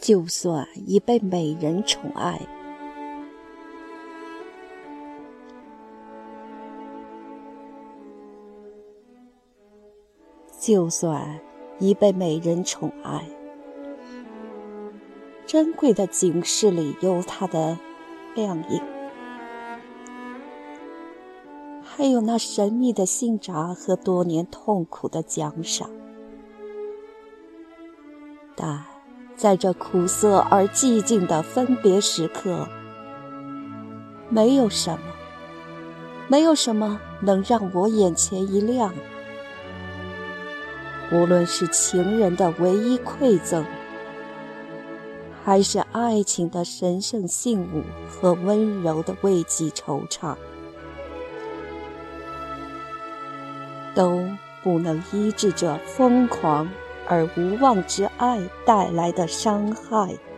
就算已被美人宠爱，珍贵的警示里有它的亮影，还有那神秘的信札和多年痛苦的奖赏。但在这苦涩而寂静的分别时刻，没有什么能让我眼前一亮。无论是情人的唯一馈赠，还是爱情的神圣信物和温柔的慰藉惆怅，都不能医治这疯狂而无望之爱带来的伤害。